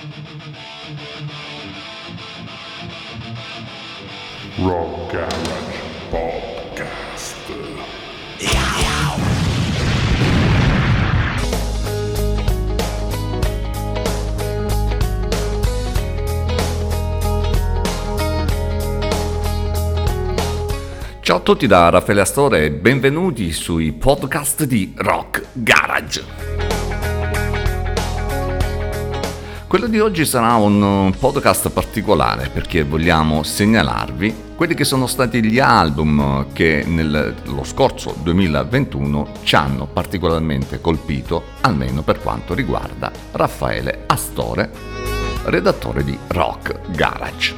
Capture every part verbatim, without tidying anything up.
Rock Garage Podcast. Ciao a tutti da Raffaele Astore e benvenuti sui podcast di Rock Garage. Quello di oggi sarà un podcast particolare perché vogliamo segnalarvi quelli che sono stati gli album che nello scorso duemilaventuno ci hanno particolarmente colpito, almeno per quanto riguarda Raffaele Astore, redattore di Rock Garage.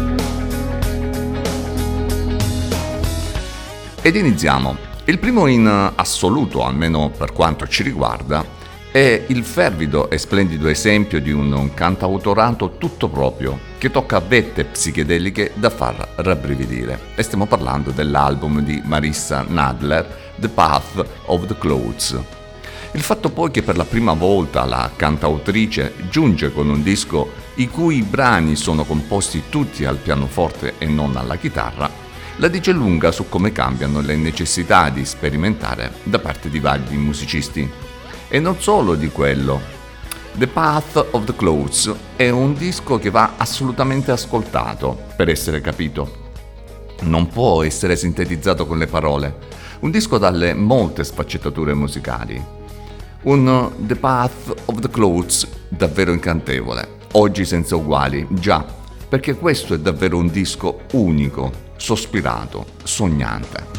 Ed iniziamo. Il primo in assoluto, almeno per quanto ci riguarda, è il fervido e splendido esempio di un cantautorato tutto proprio che tocca vette psichedeliche da far rabbrividire. E stiamo parlando dell'album di Marissa Nadler, The Path of the Clouds. Il fatto poi che per la prima volta la cantautrice giunge con un disco i cui brani sono composti tutti al pianoforte e non alla chitarra la dice lunga su come cambiano le necessità di sperimentare da parte di vari musicisti. E non solo di quello. The Path of the Clouds è un disco che va assolutamente ascoltato per essere capito. Non può essere sintetizzato con le parole. Un disco dalle molte sfaccettature musicali. Un The Path of the Clouds davvero incantevole. Oggi senza uguali, già, perché questo è davvero un disco unico, sospirato, sognante.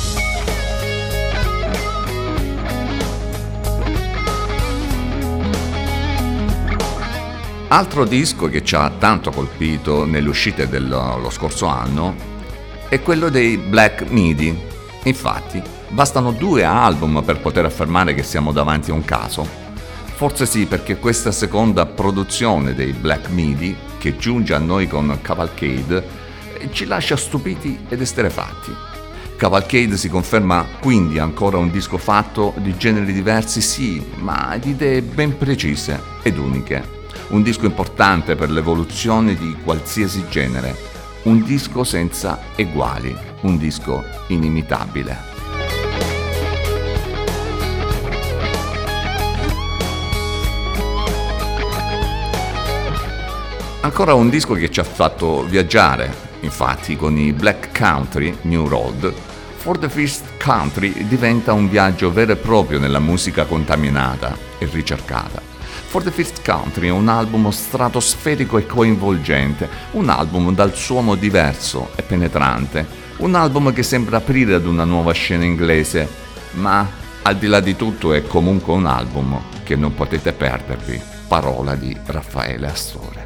Altro disco che ci ha tanto colpito nelle uscite dello scorso anno è quello dei Black Midi. Infatti, bastano due album per poter affermare che siamo davanti a un caso. Forse sì, perché questa seconda produzione dei Black Midi, che giunge a noi con Cavalcade, ci lascia stupiti ed esterrefatti. Cavalcade si conferma quindi ancora un disco fatto di generi diversi, sì, ma di idee ben precise ed uniche. Un disco importante per l'evoluzione di qualsiasi genere, un disco senza eguali, un disco inimitabile. Ancora un disco che ci ha fatto viaggiare, infatti con i Black Country, New Road, For the First Country diventa un viaggio vero e proprio nella musica contaminata e ricercata. For the First Country è un album stratosferico e coinvolgente, un album dal suono diverso e penetrante, un album che sembra aprire ad una nuova scena inglese, ma al di là di tutto è comunque un album che non potete perdervi. Parola di Raffaele Astore.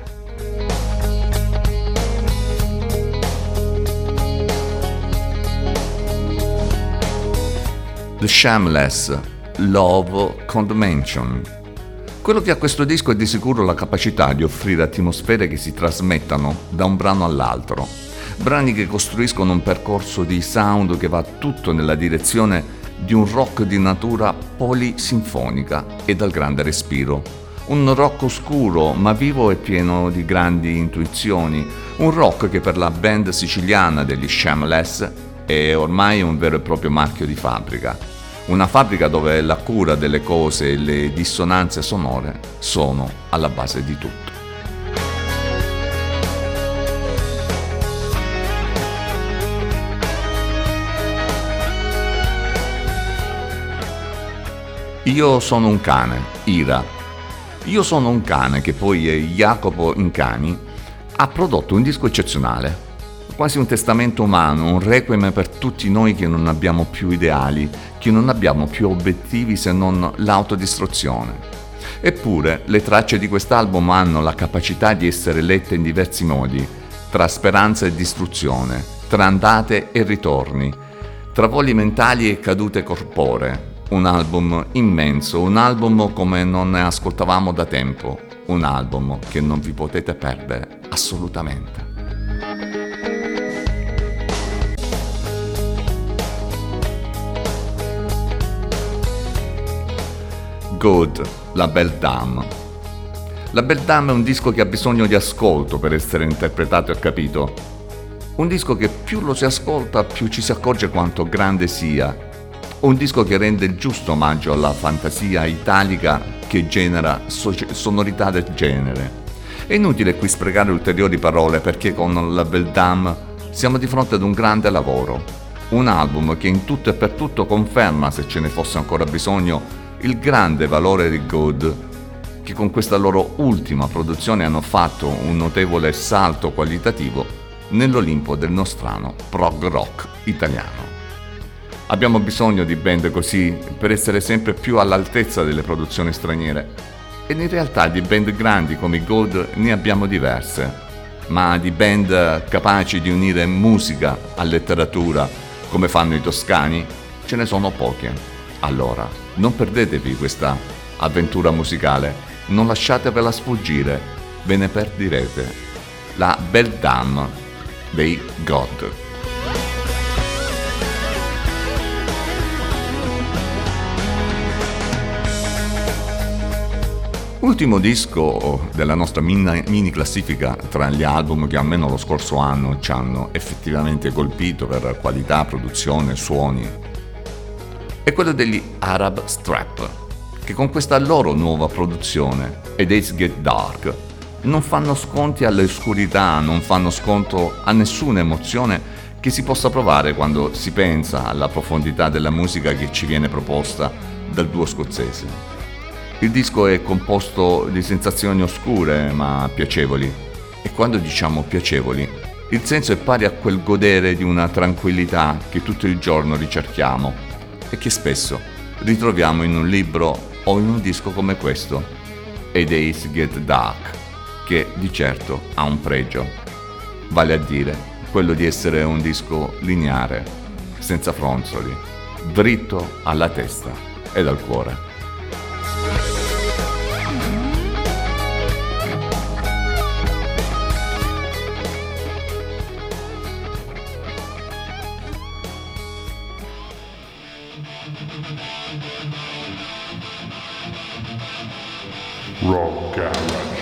The Shameless Love Convention. Quello che ha questo disco è di sicuro la capacità di offrire atmosfere che si trasmettano da un brano all'altro. Brani che costruiscono un percorso di sound che va tutto nella direzione di un rock di natura polisinfonica e dal grande respiro. Un rock oscuro ma vivo e pieno di grandi intuizioni. Un rock che per la band siciliana degli Shameless è ormai un vero e proprio marchio di fabbrica. Una fabbrica dove la cura delle cose e le dissonanze sonore sono alla base di tutto. Io sono un cane, Ira. Io sono un cane che poi Jacopo Incani ha prodotto un disco eccezionale. Quasi un testamento umano, un requiem per tutti noi che non abbiamo più ideali, che non abbiamo più obiettivi se non l'autodistruzione. Eppure, le tracce di quest'album hanno la capacità di essere lette in diversi modi, tra speranza e distruzione, tra andate e ritorni, tra voli mentali e cadute corporee. Un album immenso, un album come non ne ascoltavamo da tempo, un album che non vi potete perdere assolutamente. Good, la Belle Dame. La Belle Dame è un disco che ha bisogno di ascolto per essere interpretato e capito. Un disco che più lo si ascolta, più ci si accorge quanto grande sia. Un disco che rende il giusto omaggio alla fantasia italica che genera so- sonorità del genere. È inutile qui sprecare ulteriori parole perché con La Belle Dame siamo di fronte ad un grande lavoro. Un album che in tutto e per tutto conferma, se ce ne fosse ancora bisogno, il grande valore di Good, che con questa loro ultima produzione hanno fatto un notevole salto qualitativo nell'Olimpo del nostrano prog rock italiano. Abbiamo bisogno di band così per essere sempre più all'altezza delle produzioni straniere, ed in realtà di band grandi come i Good ne abbiamo diverse, ma di band capaci di unire musica a letteratura come fanno i toscani ce ne sono poche. Allora, non perdetevi questa avventura musicale, non lasciatevela sfuggire, ve ne perdirete. La Belle Dame dei God. Ultimo disco della nostra mini classifica tra gli album che almeno lo scorso anno ci hanno effettivamente colpito per qualità, produzione, suoni, è quello degli Arab Strap, che con questa loro nuova produzione, A Days Get Dark, non fanno sconti all'oscurità, non fanno sconto a nessuna emozione che si possa provare quando si pensa alla profondità della musica che ci viene proposta dal duo scozzese. Il disco è composto di sensazioni oscure ma piacevoli, e quando diciamo piacevoli, il senso è pari a quel godere di una tranquillità che tutto il giorno ricerchiamo e che spesso ritroviamo in un libro o in un disco come questo, A Days Get Dark, che di certo ha un pregio, vale a dire quello di essere un disco lineare, senza fronzoli, dritto alla testa ed al cuore. Rock Garage.